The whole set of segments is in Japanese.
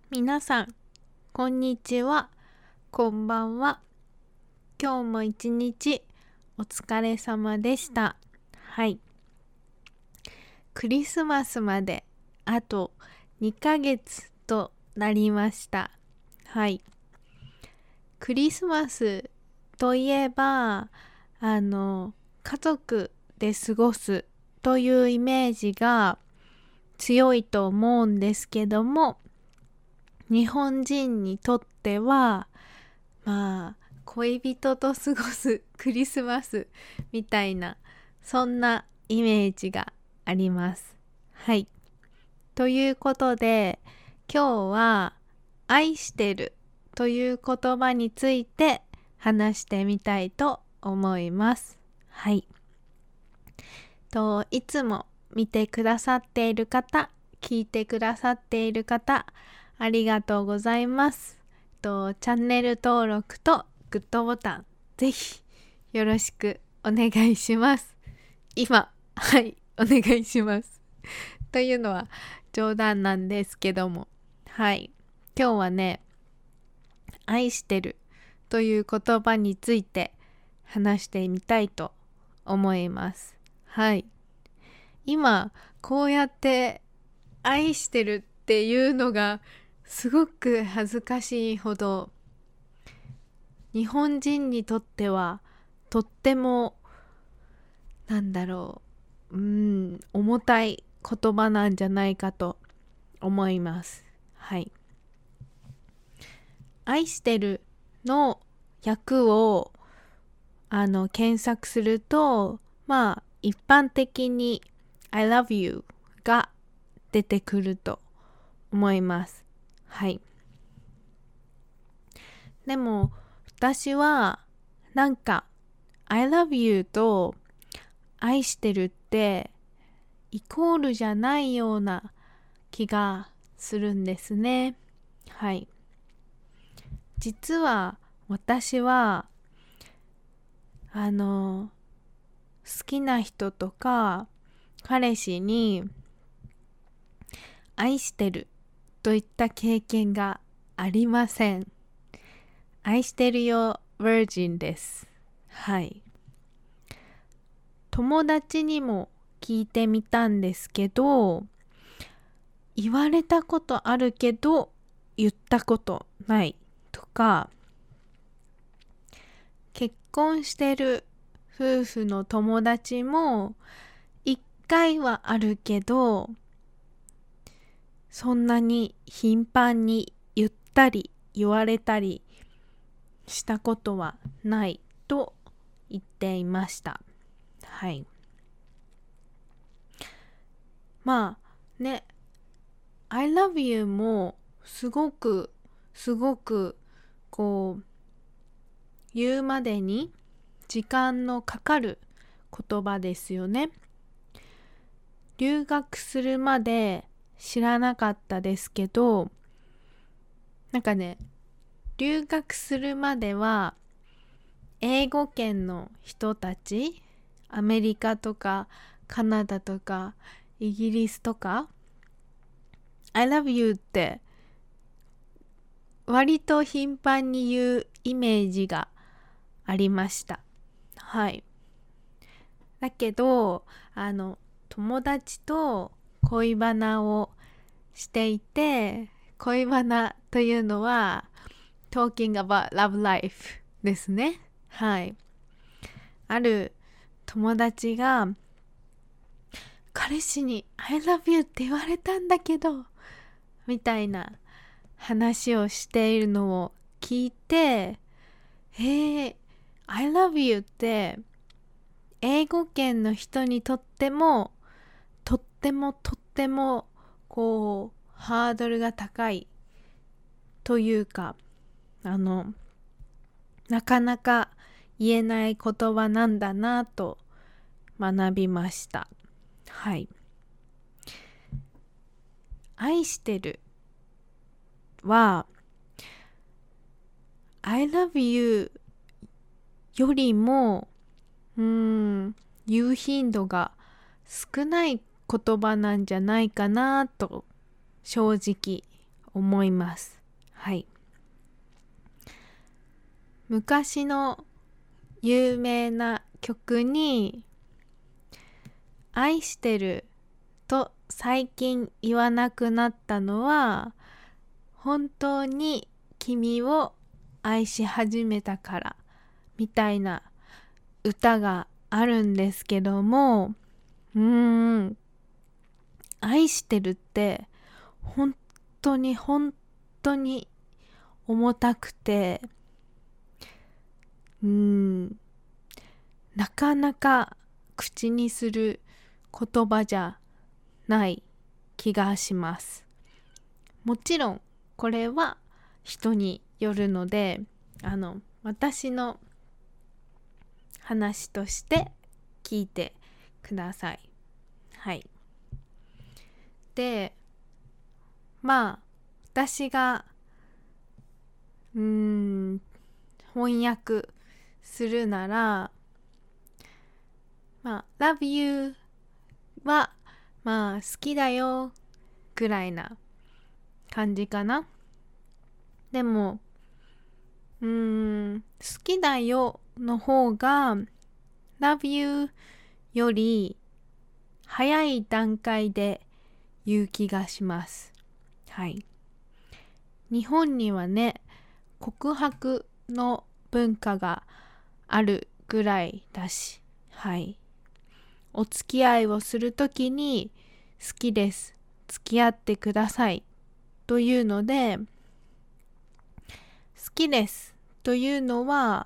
皆さん、こんにちは、こんばんは。今日も一日お疲れ様でした。はい。クリスマスまであと2ヶ月となりました。はい。クリスマスといえば、家族で過ごすというイメージが強いと思うんですけども、日本人にとっては恋人と過ごすクリスマスみたいな、そんなイメージがあります。はい。ということで、今日は愛してるという言葉について話してみたいと思います。はい。いつも見てくださっている方、聞いてくださっている方、ありがとうございます。チャンネル登録とグッドボタン、ぜひよろしくお願いします。はい、お願いします。というのは冗談なんですけども、はい。今日はね、愛してるという言葉について話してみたいと思います。はい。今こうやって愛してるっていうのがすごく恥ずかしいほど、日本人にとってはとっても重たい言葉なんじゃないかと思います。はい。愛してるの訳を検索すると、一般的に I love you が出てくると思います。はい。でも私はI love you と愛してるってイコールじゃないような気がするんですね。はい。実は私は好きな人とか彼氏に愛してるといった経験がありません。愛してるよヴァージンです。はい。友達にも聞いてみたんですけど、言われたことあるけど言ったことないとか、結婚してる夫婦の友達も一回はあるけど、そんなに頻繁に言ったり言われたりしたことはないと言っていました。はい。I love you もすごく言うまでに時間のかかる言葉ですよね。留学するまで知らなかったですけど、留学するまでは英語圏の人たち、アメリカとかカナダとかイギリスとか I love you って割と頻繁に言うイメージがありました。はい。だけど友達と恋バナをしていて、恋バナというのは Talking about love life ですね。はい。ある友達が彼氏に I love you って言われたんだけどみたいな話をしているのを聞いて、I love you って英語圏の人にとってもとってもハードルが高いというか、なかなか言えない言葉なんだなと学びました。はい。愛してるは I love you よりも言う頻度が少ない言葉なんじゃないかなと正直思います。はい。昔の有名な曲に愛してると最近言わなくなったのは本当に君を愛し始めたからみたいな歌があるんですけども、愛してるって本当に本当に重たくて、なかなか口にする言葉じゃない気がします。もちろんこれは人によるので、私の話として聞いてください。はい。で、私が翻訳するなら、love you は好きだよぐらいな感じかな。でも好きだよの方が love you より早い段階で言う気がします。はい。日本にはね、告白の文化があるぐらいだし、はい。お付き合いをするときに好きです、付き合ってくださいというので、好きですというのは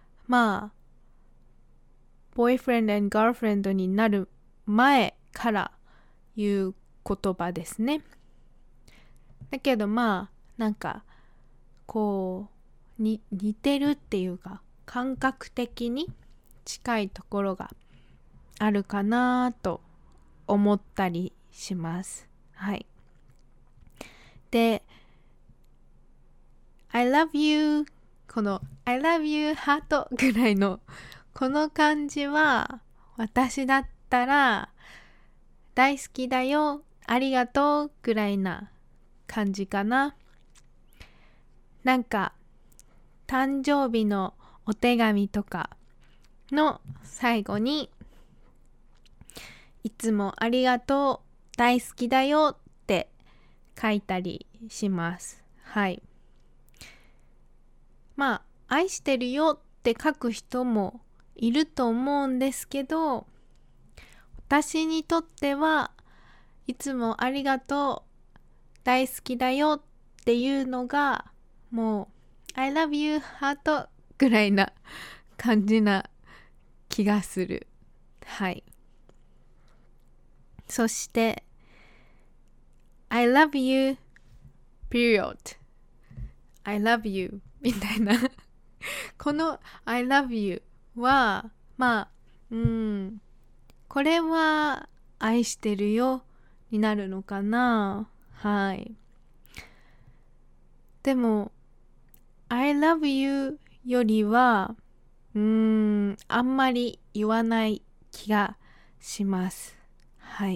ボーイフレンド&ガールフレンドになる前から言う言葉ですね。だけどなんかこう似てるっていうか感覚的に近いところがあるかなと思ったりします。はい。で、I love you この I love you ハートぐらいのこの感じは私だったら大好きだよ、ありがとうぐらいな感じかな。なんか誕生日のお手紙とかの最後にいつもありがとう、大好きだよって書いたりします。はい。愛してるよって書く人もいると思うんですけど、私にとってはいつもありがとう、大好きだよっていうのがもう I love you ハートぐらいな感じな気がする。はい。そして I love you period I love you みたいなこの I love you はこれは愛してるよになるのかな。はい。でも I love you よりはあんまり言わない気がします。はい。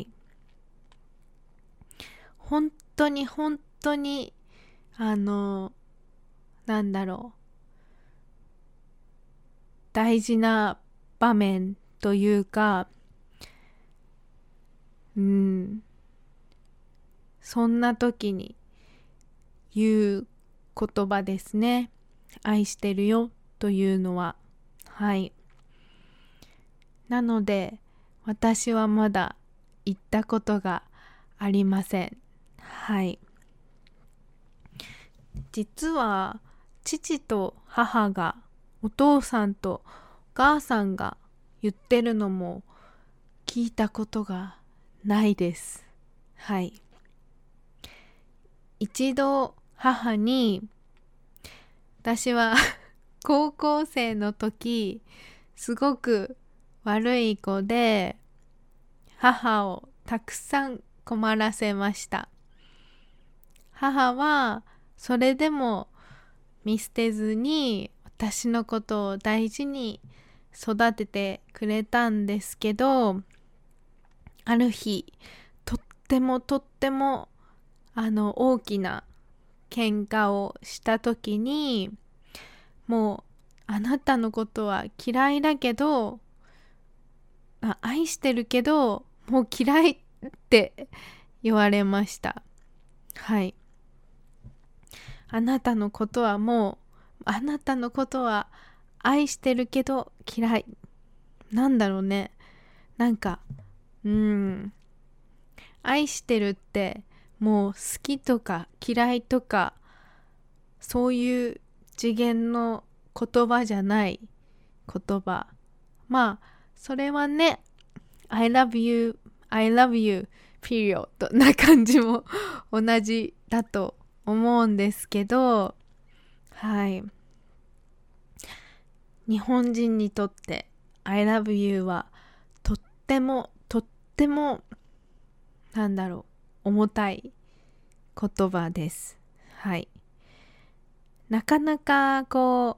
本当に本当に大事な場面というかそんな時に言う言葉ですね。愛してるよというのは。はい。なので私はまだ言ったことがありません。はい。実は父と母がお父さんとお母さんが言ってるのも聞いたことがないです。はい。一度母に私は高校生の時すごく悪い子で母をたくさん困らせました。母はそれでも見捨てずに私のことを大事に育ててくれたんですけど、ある日とっても大きな喧嘩をした時に、もうあなたのことは嫌いだけど、愛してるけどもう嫌いって言われました。はい。あなたのことはあなたのことは愛してるけど嫌い。なんだろうね。なんか、愛してるってもう好きとか嫌いとかそういう次元の言葉じゃない言葉。まあそれはね、I love you, I love you, period な感じも同じだと思うんですけど、はい。日本人にとって I love you はとってもなんだろう、重たい言葉です。はい。なかなかこ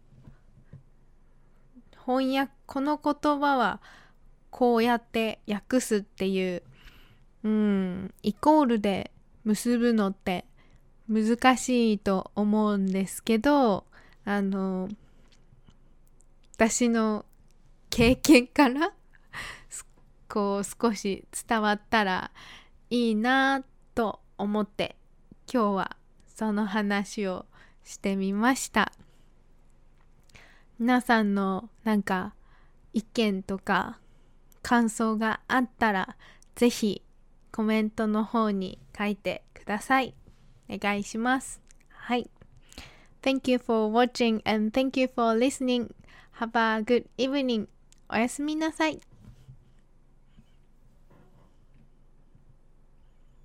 の言葉はこうやって訳すっていう、イコールで結ぶのって難しいと思うんですけど、私の経験からこう少し伝わったらいいなと思って今日はその話をしてみました。皆さんのなんか意見とか感想があったらぜひコメントの方に書いてください。お願いします。はい。Thank you for watching and thank you for listening. Have a good evening. おやすみなさい。